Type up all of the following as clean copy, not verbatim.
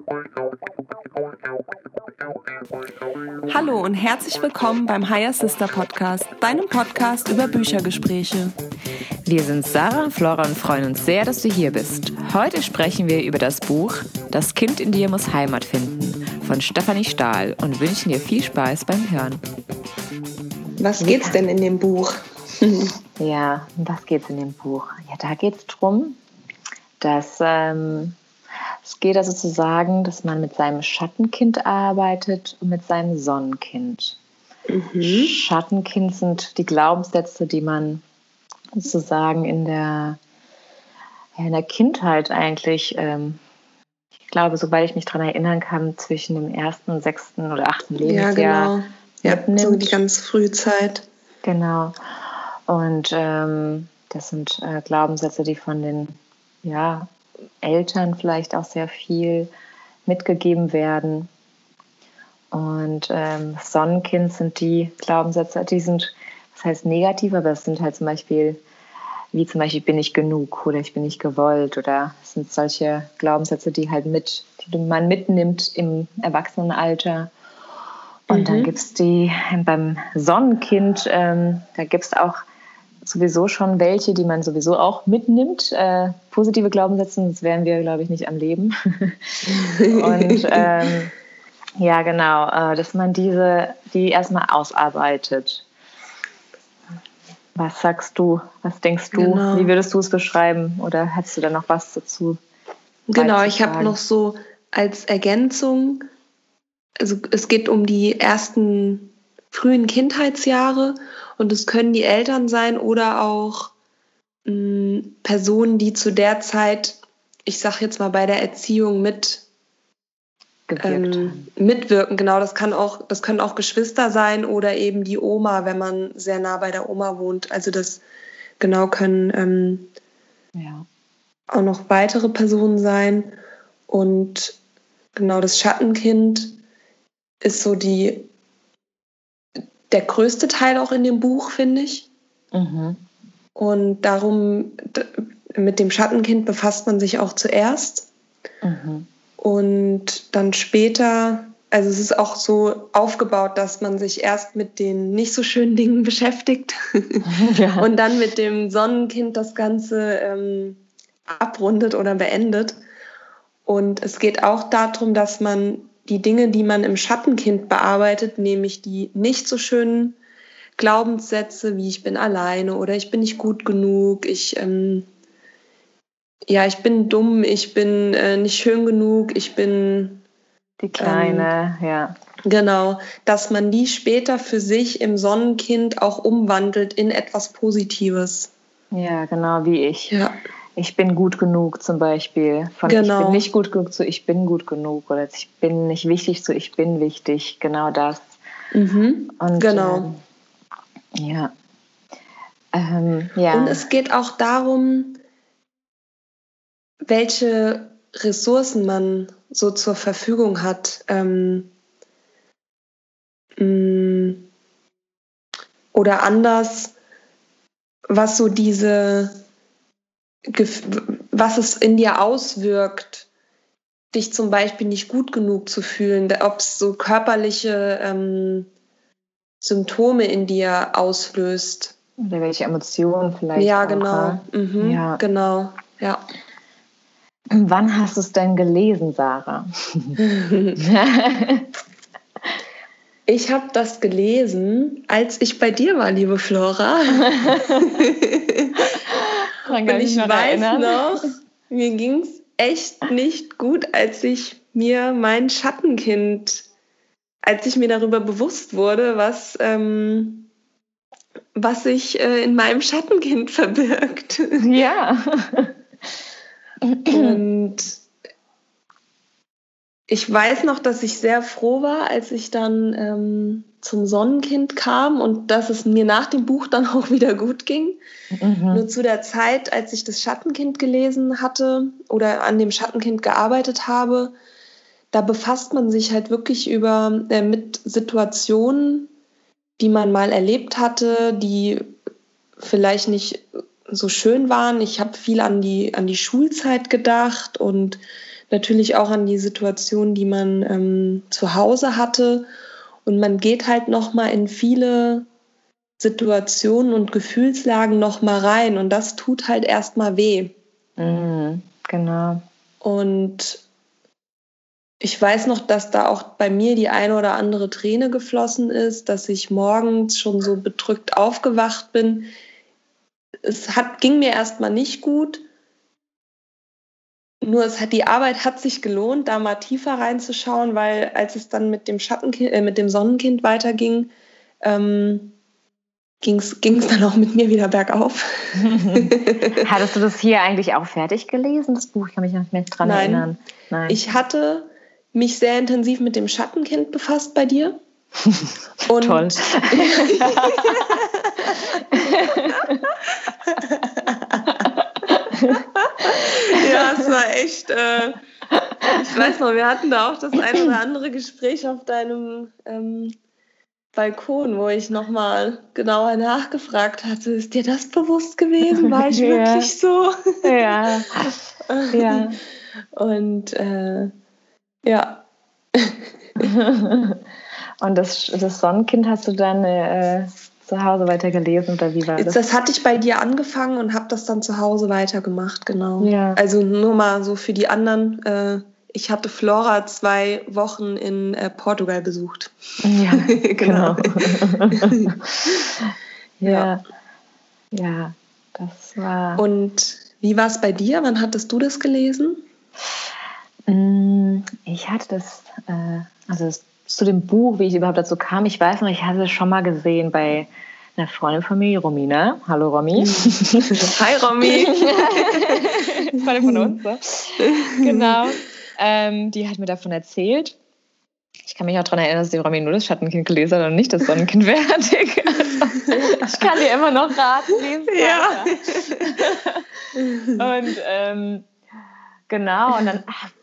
Hallo und herzlich willkommen beim Higher Sister Podcast, deinem Podcast über Büchergespräche. Wir sind Sarah und Flora und freuen uns sehr, dass du hier bist. Heute sprechen wir über das Buch Das Kind in dir muss Heimat finden von Stefanie Stahl und wünschen dir viel Spaß beim Hören. Was geht's denn in dem Buch? Ja, was geht's in dem Buch? Ja, da geht's drum, dass es geht also zu sagen, dass man mit seinem Schattenkind arbeitet und mit seinem Sonnenkind. Schattenkind sind die Glaubenssätze, die man sozusagen in der Kindheit eigentlich, ich glaube, soweit ich mich daran erinnern kann, zwischen dem 1., 6. oder 8. Lebensjahr mitnimmt. So die ganz frühe Zeit. Genau. Und das sind Glaubenssätze, die von den Eltern vielleicht auch sehr viel mitgegeben werden. Und Sonnenkind sind die Glaubenssätze, die sind, das heißt negativ, aber es sind halt zum Beispiel, wie zum Beispiel, ich bin nicht genug oder ich bin nicht gewollt, oder es sind solche Glaubenssätze, die man mitnimmt im Erwachsenenalter. Und dann gibt es beim Sonnenkind, da gibt es auch sowieso schon welche, die man sowieso auch mitnimmt. Positive Glaubenssätze, sonst wären wir, glaube ich, nicht am Leben. Und dass man die erstmal ausarbeitet. Was sagst du? Was denkst du? Genau. Wie würdest du es beschreiben? Oder hättest du da noch was dazu? Genau, ich habe noch so als Ergänzung, also es geht um die ersten frühen Kindheitsjahre und es können die Eltern sein oder auch Personen, die zu der Zeit, ich sage jetzt mal bei der Erziehung mitwirken. Genau, das können auch Geschwister sein oder eben die Oma, wenn man sehr nah bei der Oma wohnt. Also das können auch noch weitere Personen sein. Und genau, das Schattenkind ist so der größte Teil auch in dem Buch, finde ich. Und darum, mit dem Schattenkind befasst man sich auch zuerst. Und dann später, also es ist auch so aufgebaut, dass man sich erst mit den nicht so schönen Dingen beschäftigt und dann mit dem Sonnenkind das Ganze abrundet oder beendet. Und es geht auch darum, dass man die Dinge, die man im Schattenkind bearbeitet, nämlich die nicht so schönen Glaubenssätze wie ich bin alleine oder ich bin nicht gut genug, ich bin dumm, ich bin nicht schön genug, ich bin die Kleine, Genau, dass man die später für sich im Sonnenkind auch umwandelt in etwas Positives. Ja, genau, wie ich. Ja. Ich bin gut genug zum Beispiel. Ich bin nicht gut genug zu ich bin gut genug. Oder ich bin nicht wichtig zu ich bin wichtig. Genau das. Und genau. Und es geht auch darum, welche Ressourcen man so zur Verfügung hat. Oder anders, was es in dir auswirkt, dich zum Beispiel nicht gut genug zu fühlen, ob es so körperliche Symptome in dir auslöst. Oder welche Emotionen vielleicht. Ja, auch, genau. Genau, ja. Wann hast du es denn gelesen, Sarah? Ich habe das gelesen, als ich bei dir war, liebe Flora. Und ich weiß noch, mir ging es echt nicht gut, als ich mir darüber bewusst wurde, was sich in meinem Schattenkind verbirgt. Ja. Und ich weiß noch, dass ich sehr froh war, als ich dann zum Sonnenkind kam und dass es mir nach dem Buch dann auch wieder gut ging. Nur zu der Zeit, als ich das Schattenkind gelesen hatte oder an dem Schattenkind gearbeitet habe, da befasst man sich halt wirklich mit Situationen, die man mal erlebt hatte, die vielleicht nicht so schön waren. Ich habe viel an die Schulzeit gedacht und natürlich auch an die Situation, die man zu Hause hatte. Und man geht halt nochmal in viele Situationen und Gefühlslagen nochmal rein. Und das tut halt erstmal weh. Genau. Und ich weiß noch, dass da auch bei mir die eine oder andere Träne geflossen ist, dass ich morgens schon so bedrückt aufgewacht bin. Ging mir erstmal nicht gut. Nur die Arbeit hat sich gelohnt, da mal tiefer reinzuschauen, weil als es dann mit dem mit dem Sonnenkind weiterging, ging es dann auch mit mir wieder bergauf. Hattest du das hier eigentlich auch fertig gelesen, das Buch? Ich kann mich noch nicht mehr dran erinnern. Nein, ich hatte mich sehr intensiv mit dem Schattenkind befasst bei dir. Und toll. Ja, es war echt, ich weiß noch, wir hatten da auch das ein oder andere Gespräch auf deinem Balkon, wo ich nochmal genauer nachgefragt hatte, ist dir das bewusst gewesen? War ich wirklich so? Ja. Ja. Und ja. Und das Sonnenkind hast du dann zu Hause weiter gelesen oder wie war das? Das hatte ich bei dir angefangen und habe das dann zu Hause weitergemacht, genau. Ja. Also nur mal so für die anderen. Ich hatte Flora 2 Wochen in Portugal besucht. Ja, genau. Ja, das war... Und wie war es bei dir? Wann hattest du das gelesen? Ich hatte das, zu dem Buch, wie ich überhaupt dazu kam, ich weiß noch, ich hatte es schon mal gesehen bei einer Freundin von mir, Romina. Hallo Romy. Hi Romy. Freundin von uns. So. Genau. Die hat mir davon erzählt. Ich kann mich auch daran erinnern, dass die Romy nur das Schattenkind gelesen hat und nicht das Sonnenkind fertig. Ich kann dir immer noch raten, lesen. Ja. Und genau, und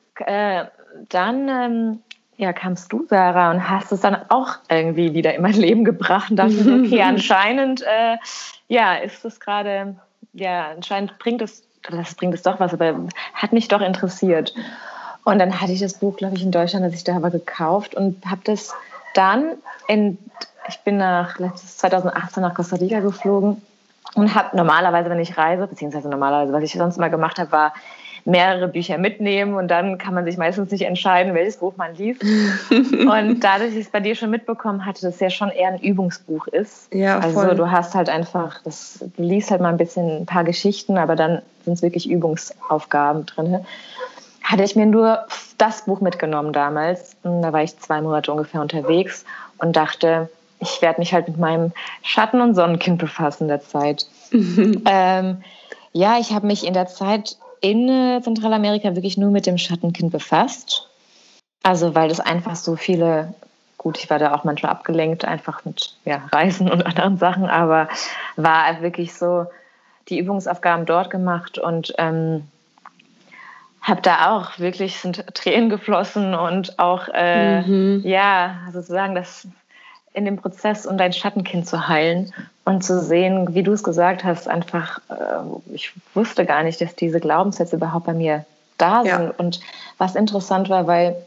dann kamst du, Sarah, und hast es dann auch irgendwie wieder in mein Leben gebracht und dachte, okay, anscheinend ist es gerade, anscheinend bringt es doch was, aber hat mich doch interessiert. Und dann hatte ich das Buch, glaube ich, in Deutschland, als ich da war, gekauft und habe das dann ich bin 2018 nach Costa Rica geflogen und habe normalerweise, wenn ich reise, beziehungsweise normalerweise, was ich sonst immer gemacht habe, war mehrere Bücher mitnehmen und dann kann man sich meistens nicht entscheiden, welches Buch man liest. Und dadurch, dass ich es bei dir schon mitbekommen hatte, dass es ja schon eher ein Übungsbuch ist. Ja, voll. Also du hast halt einfach, du liest halt mal ein paar Geschichten, aber dann sind es wirklich Übungsaufgaben drin. Hatte ich mir nur das Buch mitgenommen damals. Da war ich 2 Monate ungefähr unterwegs und dachte, ich werde mich halt mit meinem Schatten- und Sonnenkind befassen in der Zeit. Ich habe mich in der Zeit in Zentralamerika wirklich nur mit dem Schattenkind befasst. Also weil das einfach so viele, gut, ich war da auch manchmal abgelenkt, einfach mit Reisen und anderen Sachen, aber war wirklich so die Übungsaufgaben dort gemacht und habe da auch wirklich, sind Tränen geflossen und auch sozusagen das in dem Prozess, um dein Schattenkind zu heilen und zu sehen, wie du es gesagt hast, einfach, ich wusste gar nicht, dass diese Glaubenssätze überhaupt bei mir da sind. Und was interessant war, weil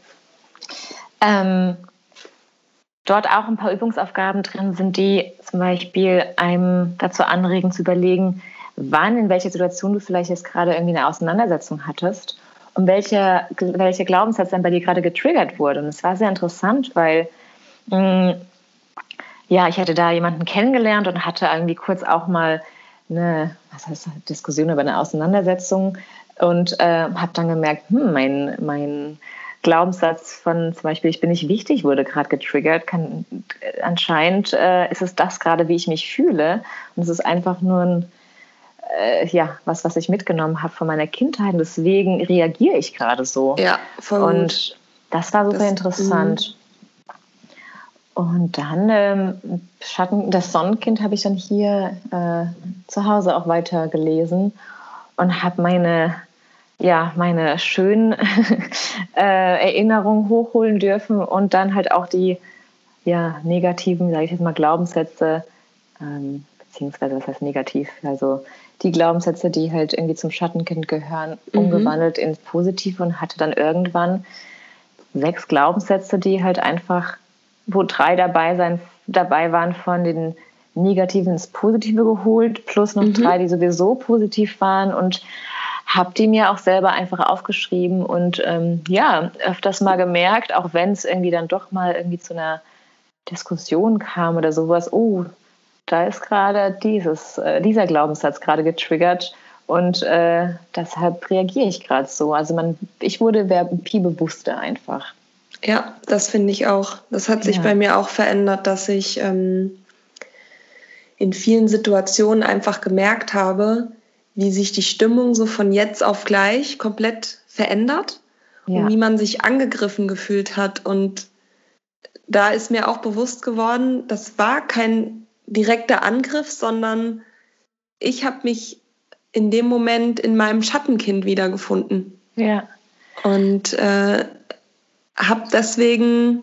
dort auch ein paar Übungsaufgaben drin sind, die zum Beispiel einem dazu anregen zu überlegen, in welcher Situation du vielleicht jetzt gerade irgendwie eine Auseinandersetzung hattest und welche Glaubenssatz dann bei dir gerade getriggert wurde. Und es war sehr interessant, weil ich hatte da jemanden kennengelernt und hatte irgendwie kurz auch mal eine Diskussion über eine Auseinandersetzung und habe dann gemerkt, mein Glaubenssatz von zum Beispiel, ich bin nicht wichtig, wurde gerade getriggert. Anscheinend ist es das gerade, wie ich mich fühle. Und es ist einfach nur was ich mitgenommen habe von meiner Kindheit. Und deswegen reagiere ich gerade so. Ja, voll und gut. Das war super interessant. Und dann das Sonnenkind habe ich dann hier zu Hause auch weiter gelesen und habe meine schönen Erinnerungen hochholen dürfen und dann halt auch die negativen, sage ich jetzt mal, Glaubenssätze, beziehungsweise was heißt negativ, also die Glaubenssätze, die halt irgendwie zum Schattenkind gehören, umgewandelt ins Positive und hatte dann irgendwann 6 Glaubenssätze, die halt einfach, wo 3 dabei waren von den Negativen ins Positive geholt, plus noch 3, die sowieso positiv waren, und habe die mir auch selber einfach aufgeschrieben und öfters mal gemerkt, auch wenn es irgendwie dann doch mal irgendwie zu einer Diskussion kam oder sowas, da ist gerade dieser Glaubenssatz gerade getriggert und deshalb reagiere ich gerade so. Also ich wurde viel bewusster einfach. Ja, das finde ich auch. Das hat sich bei mir auch verändert, dass ich in vielen Situationen einfach gemerkt habe, wie sich die Stimmung so von jetzt auf gleich komplett verändert und wie man sich angegriffen gefühlt hat. Und da ist mir auch bewusst geworden, das war kein direkter Angriff, sondern ich habe mich in dem Moment in meinem Schattenkind wiedergefunden. Ja. Und habe deswegen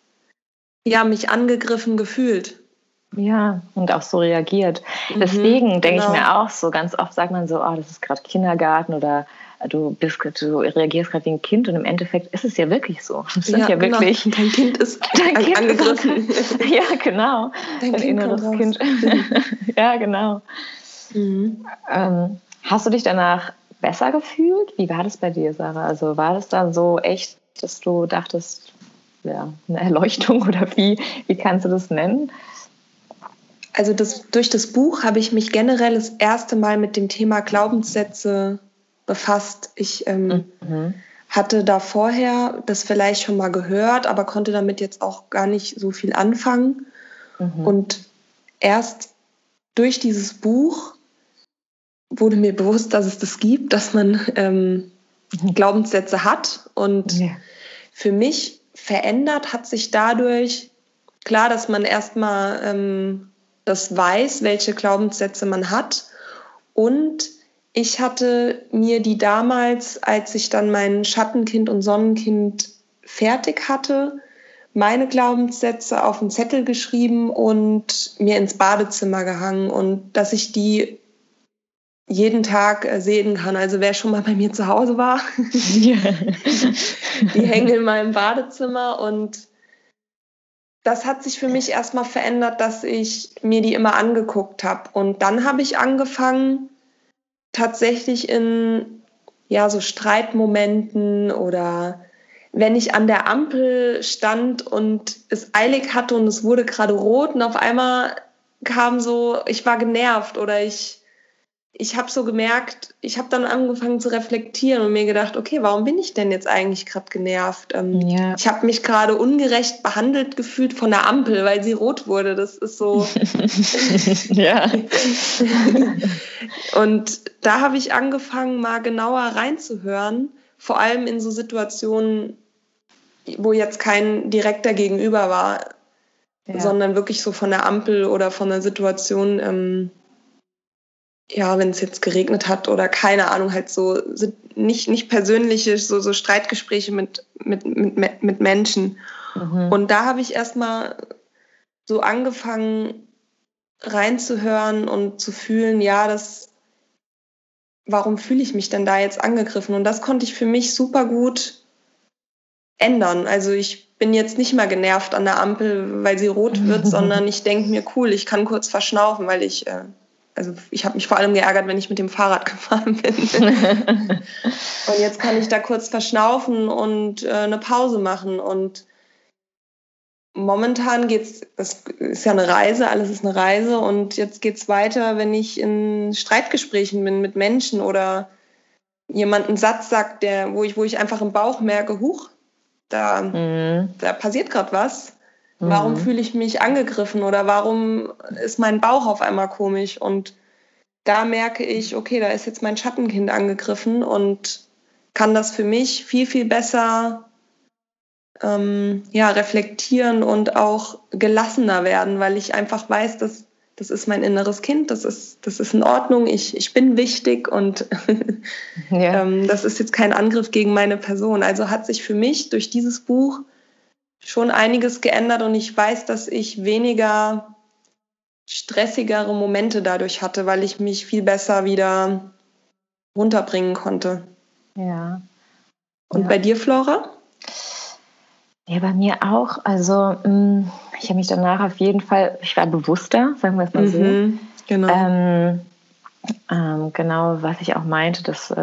mich angegriffen gefühlt. Ja, und auch so reagiert. Deswegen denke ich mir auch so, ganz oft sagt man so, das ist gerade Kindergarten oder du reagierst gerade wie ein Kind, und im Endeffekt ist es ja wirklich so. Es sind ja wirklich, dein Kind ist angegriffen. Ja, genau. Dein inneres Kind. Ja, genau. Hast du dich danach besser gefühlt? Wie war das bei dir, Sarah? Also war das dann so echt, dass du dachtest, eine Erleuchtung, oder wie kannst du das nennen? Also durch das Buch habe ich mich generell das erste Mal mit dem Thema Glaubenssätze befasst. Ich hatte da vorher das vielleicht schon mal gehört, aber konnte damit jetzt auch gar nicht so viel anfangen. Und erst durch dieses Buch wurde mir bewusst, dass es das gibt, dass man Glaubenssätze hat. Und für mich verändert hat sich dadurch, klar, dass man erstmal das weiß, welche Glaubenssätze man hat. Und ich hatte mir die damals, als ich dann mein Schattenkind und Sonnenkind fertig hatte, meine Glaubenssätze auf einen Zettel geschrieben und mir ins Badezimmer gehangen, und dass ich die jeden Tag sehen kann. Also wer schon mal bei mir zu Hause war, die hängen in meinem Badezimmer, und das hat sich für mich erstmal verändert, dass ich mir die immer angeguckt habe. Und dann habe ich angefangen, tatsächlich in so Streitmomenten oder wenn ich an der Ampel stand und es eilig hatte und es wurde gerade rot und auf einmal kam so, ich war genervt oder ich habe so gemerkt, ich habe dann angefangen zu reflektieren und mir gedacht, okay, warum bin ich denn jetzt eigentlich gerade genervt? Ich habe mich gerade ungerecht behandelt gefühlt von der Ampel, weil sie rot wurde. Das ist so. Ja. Und da habe ich angefangen, mal genauer reinzuhören, vor allem in so Situationen, wo jetzt kein direkter Gegenüber war, sondern wirklich so von der Ampel oder von der Situation, wenn es jetzt geregnet hat oder keine Ahnung, halt so nicht persönliche, so Streitgespräche mit Menschen. Und da habe ich erstmal so angefangen reinzuhören und zu fühlen, warum fühle ich mich denn da jetzt angegriffen? Und das konnte ich für mich super gut ändern. Also ich bin jetzt nicht mehr genervt an der Ampel, weil sie rot wird, sondern ich denke mir, cool, ich kann kurz verschnaufen, weil ich habe mich vor allem geärgert, wenn ich mit dem Fahrrad gefahren bin. Und jetzt kann ich da kurz verschnaufen und eine Pause machen. Und momentan das ist ja eine Reise, alles ist eine Reise. Und jetzt geht's weiter, wenn ich in Streitgesprächen bin mit Menschen oder jemand einen Satz sagt, wo ich einfach im Bauch merke, da passiert gerade was. Warum fühle ich mich angegriffen oder warum ist mein Bauch auf einmal komisch? Und da merke ich, okay, da ist jetzt mein Schattenkind angegriffen und kann das für mich viel, viel besser reflektieren und auch gelassener werden, weil ich einfach weiß, dass das ist mein inneres Kind, das ist in Ordnung, ich bin wichtig und das ist jetzt kein Angriff gegen meine Person. Also hat sich für mich durch dieses Buch schon einiges geändert und ich weiß, dass ich weniger stressigere Momente dadurch hatte, weil ich mich viel besser wieder runterbringen konnte. Ja. Und bei dir, Flora? Ja, bei mir auch. Also ich habe mich danach auf jeden Fall, ich war bewusster, sagen wir es mal so. Genau. Genau, was ich auch meinte, dass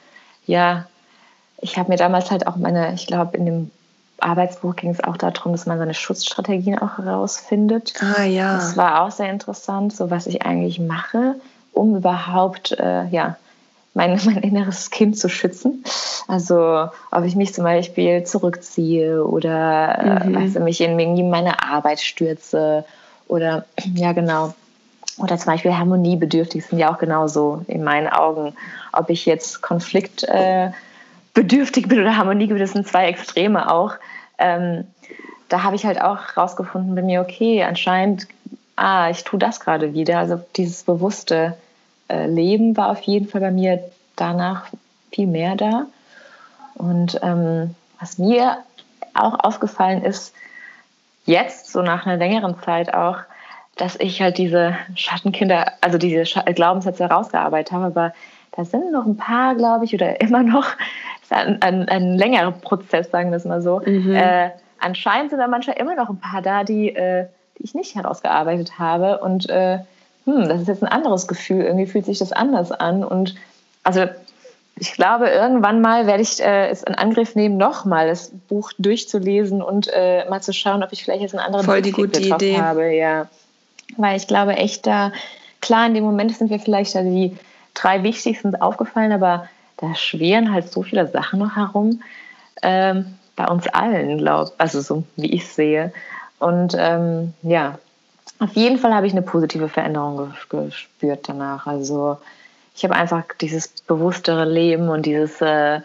ich habe mir damals halt auch ich glaube, in dem Arbeitsbuch ging es auch darum, dass man seine Schutzstrategien auch herausfindet. Ah ja. Das war auch sehr interessant, so was ich eigentlich mache, um überhaupt mein inneres Kind zu schützen. Also ob ich mich zum Beispiel zurückziehe oder mich in meine Arbeit stürze oder ja genau. Oder zum Beispiel harmoniebedürftig sind ja auch genauso in meinen Augen. Ob ich jetzt konfliktbedürftig bin oder harmoniebedürftig, sind zwei Extreme auch. Da habe ich halt auch rausgefunden bei mir, okay, anscheinend, ich tue das gerade wieder. Also dieses bewusste Leben war auf jeden Fall bei mir danach viel mehr da. Und was mir auch aufgefallen ist, jetzt, so nach einer längeren Zeit auch, dass ich halt diese Schattenkinder, also diese Glaubenssätze herausgearbeitet habe, aber da sind noch ein paar, glaube ich, oder immer noch, ist ein längerer Prozess, sagen wir es mal so. Anscheinend sind da manchmal immer noch ein paar da, die ich nicht herausgearbeitet habe und das ist jetzt ein anderes Gefühl, irgendwie fühlt sich das anders an und also ich glaube, irgendwann mal werde ich es in Angriff nehmen, nochmal das Buch durchzulesen und mal zu schauen, ob ich vielleicht jetzt einen anderen Voll die gute Idee habe. Ja. Weil ich glaube echt klar, in dem Moment sind wir vielleicht die 3 wichtigsten aufgefallen, aber da schweren halt so viele Sachen noch herum, bei uns allen, also so wie ich sehe. Und auf jeden Fall habe ich eine positive Veränderung gespürt danach. Also ich habe einfach dieses bewusstere Leben und dieses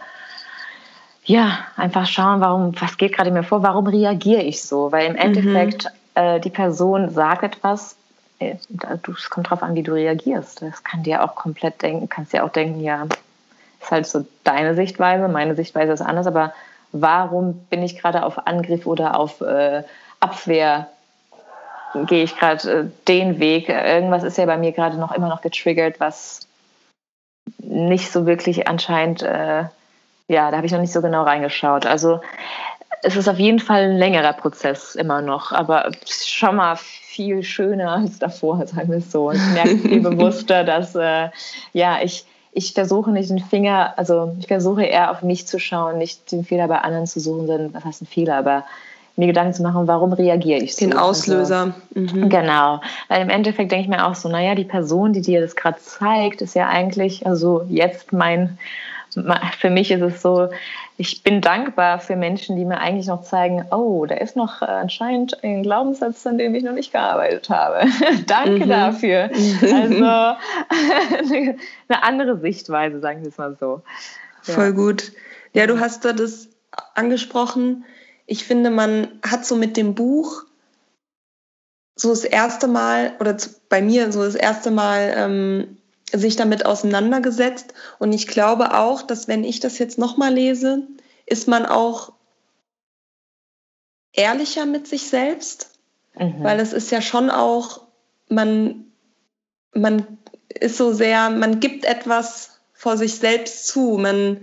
einfach schauen, was geht gerade in mir vor, warum reagiere ich so? Weil im Endeffekt die Person sagt etwas, es kommt drauf an, wie du reagierst. Das kann dir auch komplett denken, kannst dir auch denken, ja, ist halt so deine Sichtweise, meine Sichtweise ist anders, aber warum bin ich gerade auf Angriff oder auf Abwehr, gehe ich gerade den Weg? Irgendwas ist ja bei mir gerade immer noch getriggert, was nicht so wirklich anscheinend, da habe ich noch nicht so genau reingeschaut. Also es ist auf jeden Fall ein längerer Prozess immer noch, aber schon mal viel schöner als davor, sagen wir es so. Ich merke viel bewusster, dass ich versuche nicht ich versuche eher auf mich zu schauen, nicht den Fehler bei anderen zu suchen, sondern was heißt ein Fehler, aber mir Gedanken zu machen, warum reagiere ich so? Den Auslöser. Also, genau. Weil im Endeffekt denke ich mir auch so, die Person, die dir das gerade zeigt, ist ja eigentlich, also jetzt für mich ist es so, ich bin dankbar für Menschen, die mir eigentlich noch zeigen, oh, da ist noch anscheinend ein Glaubenssatz, an dem ich noch nicht gearbeitet habe. Danke dafür. Also eine andere Sichtweise, sagen wir es mal so. Ja. Voll gut. Ja, du hast da das angesprochen. Ich finde, man hat so mit dem Buch so das erste Mal, oder bei mir so das erste Mal sich damit auseinandergesetzt. Und ich glaube auch, dass wenn ich das jetzt nochmal lese, ist man auch ehrlicher mit sich selbst. Weil es ist ja schon auch, man ist so sehr, man gibt etwas vor sich selbst zu.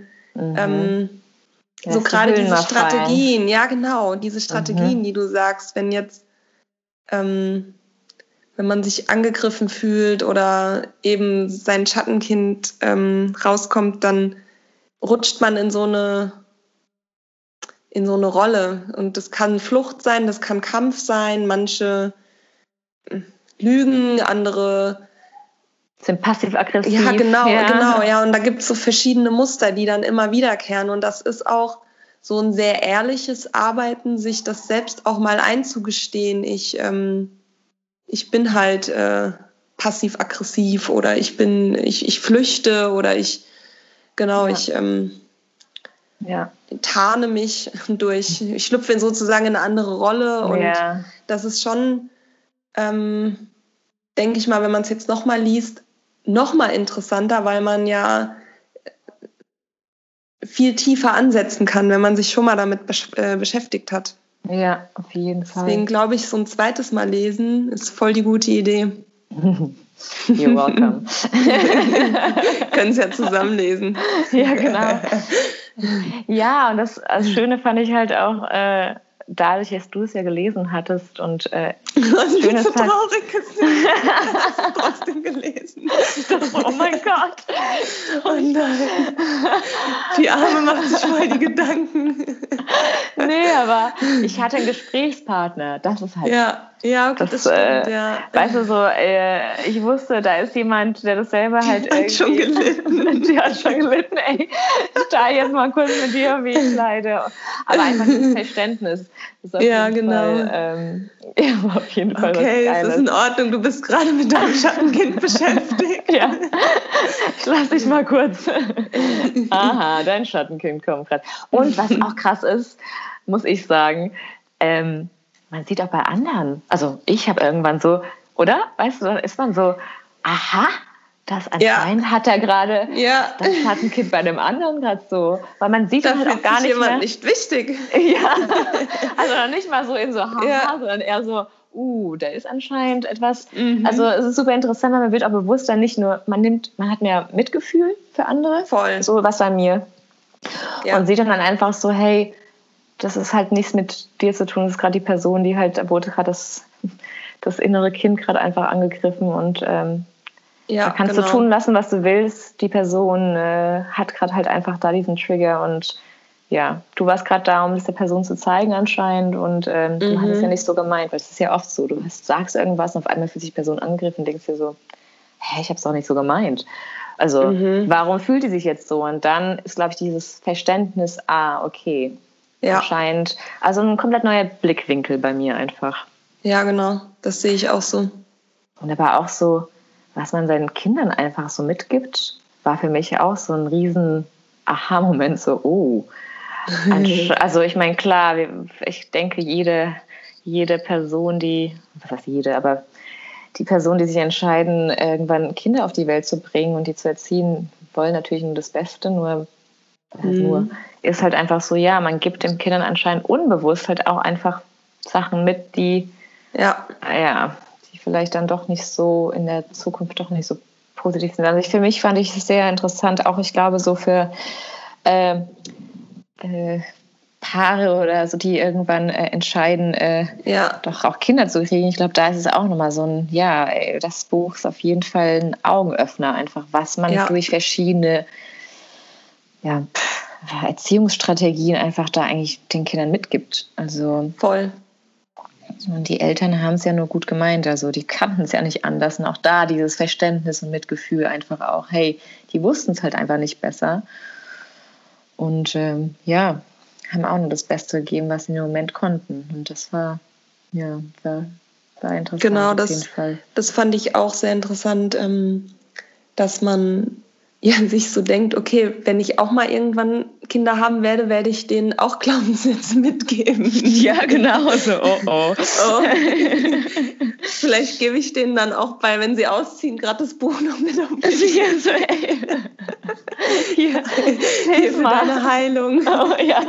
So gerade diese Strategien, ja genau, diese Strategien, die du sagst, wenn jetzt wenn man sich angegriffen fühlt oder eben sein Schattenkind rauskommt, dann rutscht man in so eine Rolle. Und das kann Flucht sein, das kann Kampf sein, manche lügen, andere sind passiv-aggressiv. Ja, genau. Ja. Und da gibt es so verschiedene Muster, die dann immer wiederkehren. Und das ist auch so ein sehr ehrliches Arbeiten, sich das selbst auch mal einzugestehen. Ich bin halt passiv-aggressiv oder ich flüchte oder ich tarne mich ich schlüpfe sozusagen in eine andere Rolle und das ist schon, denke ich mal, wenn man es jetzt nochmal liest, nochmal interessanter, weil man ja viel tiefer ansetzen kann, wenn man sich schon mal damit beschäftigt hat. Ja, auf jeden Fall. Deswegen glaube ich, so ein zweites Mal lesen ist voll die gute Idee. You're welcome. Können es ja zusammenlesen. Ja, genau. Ja, und das Schöne fand ich halt auch, dadurch, dass du es ja gelesen hattest und schön ist so traurig, hast du trotzdem gelesen. Oh mein Gott. Oh nein. Die Arme macht sich voll die Gedanken. Nee, aber ich hatte einen Gesprächspartner. Das ist halt... Ja, okay, das stimmt, ja. Weißt du, so, ich wusste, da ist jemand, der das selber halt irgendwie... Hat schon gelitten. Die hat schon gelitten, ey. Ich teile jetzt mal kurz mit dir, wie ich leide. Aber einfach das Verständnis. Das ist ja, genau. Fall, auf jeden Fall okay, es ist in Ordnung, du bist gerade mit deinem Schattenkind beschäftigt. Ja, ich lass dich mal kurz. Aha, dein Schattenkind kommt gerade. Und was auch krass ist, muss ich sagen, man sieht auch bei anderen, also ich habe irgendwann so, oder? Weißt du, dann ist man so, aha, das anscheinend hat er gerade das Schattenkind bei dem anderen gerade so, weil man sieht da halt auch gar nicht mehr. Nicht wichtig. Ja, also noch nicht mal so in so haha, sondern eher so, da ist anscheinend etwas. Also es ist super interessant, weil man wird auch bewusster, nicht nur, man hat mehr Mitgefühl für andere. Voll. So was bei mir. Ja. Und sieht dann einfach so, hey, das ist halt nichts mit dir zu tun, das ist gerade die Person, die halt, da wurde gerade das innere Kind gerade einfach angegriffen und da kannst du tun lassen, was du willst. Die Person hat gerade halt einfach da diesen Trigger und ja, du warst gerade da, um es der Person zu zeigen anscheinend und du hast es ja nicht so gemeint, weil es ist ja oft so, du sagst irgendwas und auf einmal fühlt sich die Person angegriffen und denkst dir so, ich habe es doch nicht so gemeint. Also warum fühlt die sich jetzt so? Und dann ist, glaube ich, dieses Verständnis, okay, anscheinend, also ein komplett neuer Blickwinkel bei mir einfach. Ja, genau, das sehe ich auch so. Und aber auch so, was man seinen Kindern einfach so mitgibt, war für mich auch so ein riesen Aha-Moment, so, also ich meine, klar, ich denke, jede Person, aber die Personen, die sich entscheiden, irgendwann Kinder auf die Welt zu bringen und die zu erziehen, wollen natürlich nur das Beste, nur ist halt einfach so, man gibt den Kindern anscheinend unbewusst halt auch einfach Sachen mit, die die vielleicht dann doch nicht so in der Zukunft doch nicht so positiv sind. Also für mich fand ich es sehr interessant, auch ich glaube so für Paare oder so, die irgendwann entscheiden, doch auch Kinder zu kriegen. Ich glaube, da ist es auch nochmal so ein, das Buch ist auf jeden Fall ein Augenöffner, einfach was man durch verschiedene Erziehungsstrategien einfach da eigentlich den Kindern mitgibt. Also voll. Und die Eltern haben es ja nur gut gemeint, also die kannten es ja nicht anders. Und auch da dieses Verständnis und Mitgefühl einfach auch, hey, die wussten es halt einfach nicht besser. Und haben auch nur das Beste gegeben, was sie im Moment konnten. Und das war interessant. Genau, auf jeden Fall. Das fand ich auch sehr interessant, dass man sich so denkt, okay, wenn ich auch mal irgendwann Kinder haben werde, werde ich denen auch Glaubenssätze mitgeben. Ja, genau so. Oh. Vielleicht gebe ich denen dann auch bei, wenn sie ausziehen, gerade das Buch noch mit auf den Hier, hilf mir deine Heilung. Oh, ja.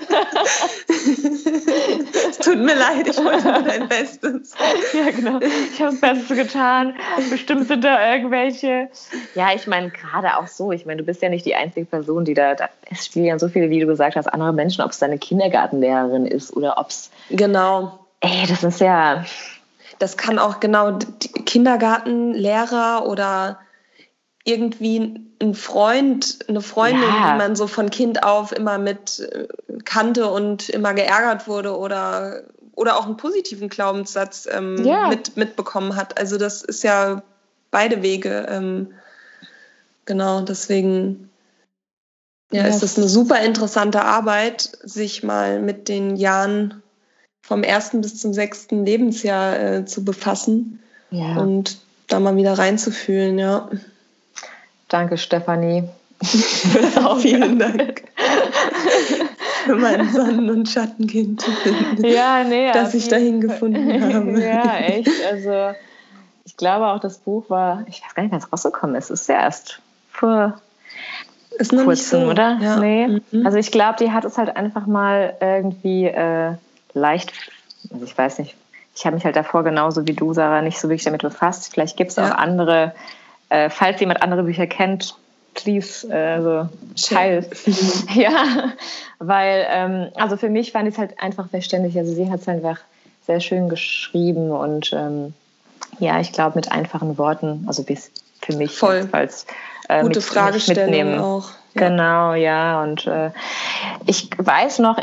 Es tut mir leid, ich wollte nur dein Bestes. Ja, genau. Ich habe das Beste getan. Bestimmt sind da irgendwelche... Ja, ich meine, gerade auch so. Ich meine, du bist ja nicht die einzige Person, die da es spielen ja so viele, wie du gesagt hast, andere Menschen, ob es deine Kindergartenlehrerin ist oder ob es... Genau. Das ist ja... Das kann auch die Kindergartenlehrer oder irgendwie ein Freund, eine Freundin, die man so von Kind auf immer mit kannte und immer geärgert wurde oder auch einen positiven Glaubenssatz mitbekommen hat. Also das ist ja beide Wege. Genau, deswegen ist das eine super interessante Arbeit, sich mal mit den Jahren vom 1. bis zum 6. Lebensjahr zu befassen und da mal wieder reinzufühlen, Danke, Stefanie. Vielen Dank für mein Sonnen- und Schattenkind, dass ich dahin gefunden habe. Ja, echt. Also ich glaube auch, das Buch war, ich weiß gar nicht, wann es rausgekommen ist. Es ist ja erst vor kurzem, so, oder? Ja. Nee. Also ich glaube, die hat es halt einfach mal irgendwie leicht, also ich weiß nicht, ich habe mich halt davor genauso wie du, Sarah, nicht so wirklich damit befasst. Vielleicht gibt es auch andere, falls jemand andere Bücher kennt, please, teilt. Ja, weil, also für mich fand ich es halt einfach verständlich. Also sie hat es einfach sehr schön geschrieben und ich glaube mit einfachen Worten, also bis für mich voll. Als gute Fragestellung auch. Ja. Genau, ja. Und ich weiß noch,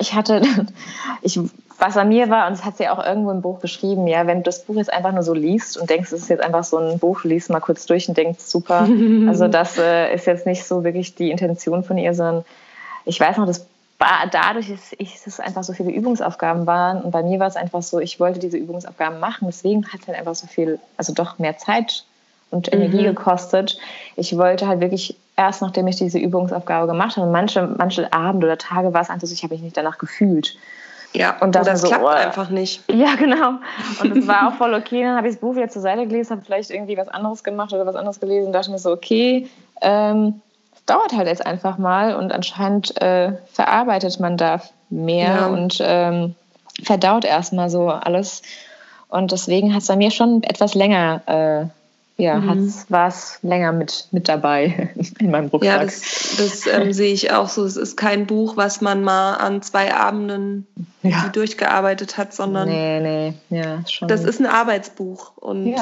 was an mir war, und das hat sie auch irgendwo im Buch beschrieben, ja, wenn du das Buch jetzt einfach nur so liest und denkst, es ist jetzt einfach so ein Buch, liest mal kurz durch und denkst, super, also das ist jetzt nicht so wirklich die Intention von ihr, sondern ich weiß noch, das war dadurch, dass es einfach so viele Übungsaufgaben waren und bei mir war es einfach so, ich wollte diese Übungsaufgaben machen, deswegen hat es halt einfach so viel, also doch mehr Zeit und Energie gekostet. Ich wollte halt wirklich erst, nachdem ich diese Übungsaufgabe gemacht habe, und manche Abende oder Tage war es einfach so, ich habe mich nicht danach gefühlt. Ja, und das so, klappt einfach nicht. Ja, genau. Und das war auch voll okay. Dann habe ich das Buch wieder zur Seite gelesen, habe vielleicht irgendwie was anderes gemacht oder was anderes gelesen und dachte mir so, okay, es dauert halt jetzt einfach mal und anscheinend verarbeitet man da mehr und verdaut erstmal so alles. Und deswegen hat es bei mir schon etwas länger war es länger mit dabei in meinem Rucksack. Ja, das sehe ich auch so. Es ist kein Buch, was man mal an 2 Abenden durchgearbeitet hat, sondern schon. Das ist ein Arbeitsbuch und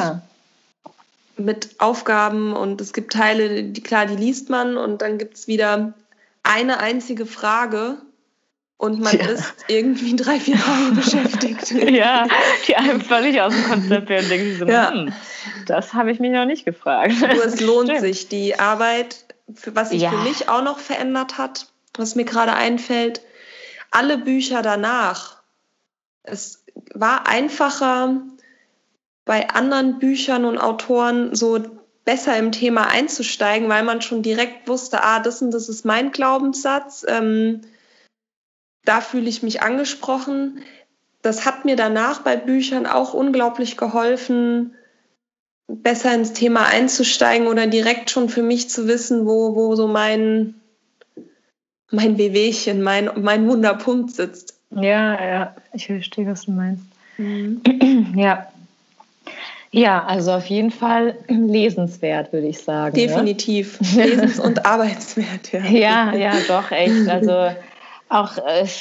mit Aufgaben und es gibt Teile, die liest man und dann gibt es wieder eine einzige Frage und man ist irgendwie 3-4 Tage beschäftigt. Ja, die einem völlig aus dem Konzept werden und denken sich so, das habe ich mich noch nicht gefragt. Nur es lohnt sich. Die Arbeit, was sich für mich auch noch verändert hat, was mir gerade einfällt, alle Bücher danach. Es war einfacher, bei anderen Büchern und Autoren so besser im Thema einzusteigen, weil man schon direkt wusste, das und das ist mein Glaubenssatz, da fühle ich mich angesprochen. Das hat mir danach bei Büchern auch unglaublich geholfen, besser ins Thema einzusteigen oder direkt schon für mich zu wissen, wo so mein Wehwehchen, mein Wunderpunkt sitzt. Ja, ich verstehe, was du meinst. Ja, also auf jeden Fall lesenswert, würde ich sagen. Definitiv. Ne? Lesens- und arbeitswert, ja. Ja, doch, echt. Also auch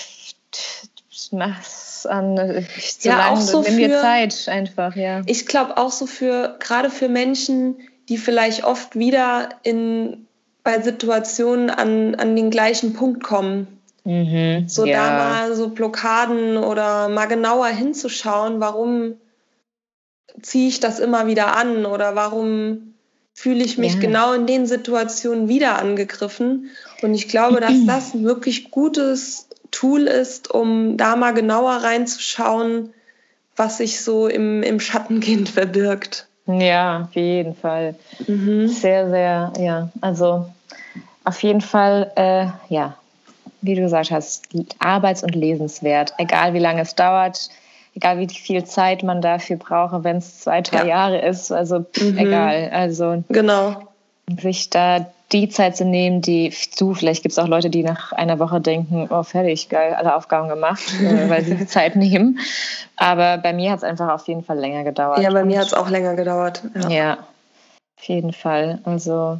mach's an nimm dir Zeit einfach, ja. Ich glaube auch so gerade für Menschen, die vielleicht oft wieder bei Situationen an den gleichen Punkt kommen. Da mal so Blockaden oder mal genauer hinzuschauen, warum ziehe ich das immer wieder an oder warum fühle ich mich genau in den Situationen wieder angegriffen. Und ich glaube, dass das ein wirklich gutes Tool ist, um da mal genauer reinzuschauen, was sich so im Schattenkind verbirgt. Ja, auf jeden Fall. Sehr, sehr, also auf jeden Fall, wie du gesagt hast, arbeits- und lesenswert. Egal, wie lange es dauert, egal, wie viel Zeit man dafür braucht, wenn es 2-3 Jahre ist, also egal. Also genau. Sich da die Zeit zu nehmen, vielleicht gibt es auch Leute, die nach einer Woche denken, fertig, geil, alle Aufgaben gemacht, weil sie die Zeit nehmen. Aber bei mir hat es einfach auf jeden Fall länger gedauert. Ja, bei mir hat es auch länger gedauert. Ja, auf jeden Fall. Also,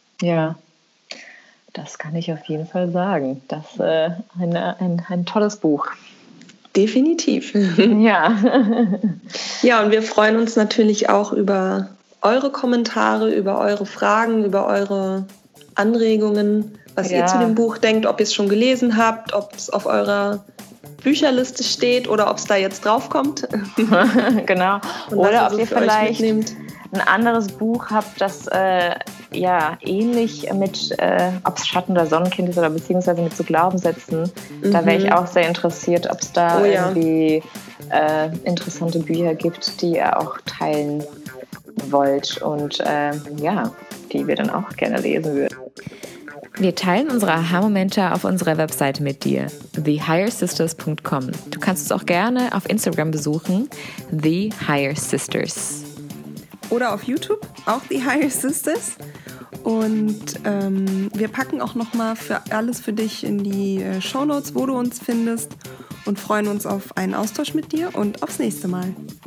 das kann ich auf jeden Fall sagen. Das ist ein tolles Buch. Definitiv. Ja. Ja, und wir freuen uns natürlich auch über eure Kommentare, über eure Fragen, über eure Anregungen, was ihr zu dem Buch denkt, ob ihr es schon gelesen habt, ob es auf eurer Bücherliste steht oder ob es da jetzt draufkommt. Genau. Oder ob ihr vielleicht ein anderes Buch habt, das ähnlich mit, ob es Schatten- oder Sonnenkind ist oder beziehungsweise mit so Glaubenssätzen. Da wäre ich auch sehr interessiert, ob es da irgendwie interessante Bücher gibt, die ihr auch teilen wollt und die wir dann auch gerne lesen würden. Wir teilen unsere Aha-Momente auf unserer Webseite mit dir, thehighersisters.com. Du kannst uns auch gerne auf Instagram besuchen, The Higher Sisters. Oder auf YouTube, auch The Higher Sisters. Und wir packen auch nochmal alles für dich in die Shownotes, wo du uns findest und freuen uns auf einen Austausch mit dir und aufs nächste Mal.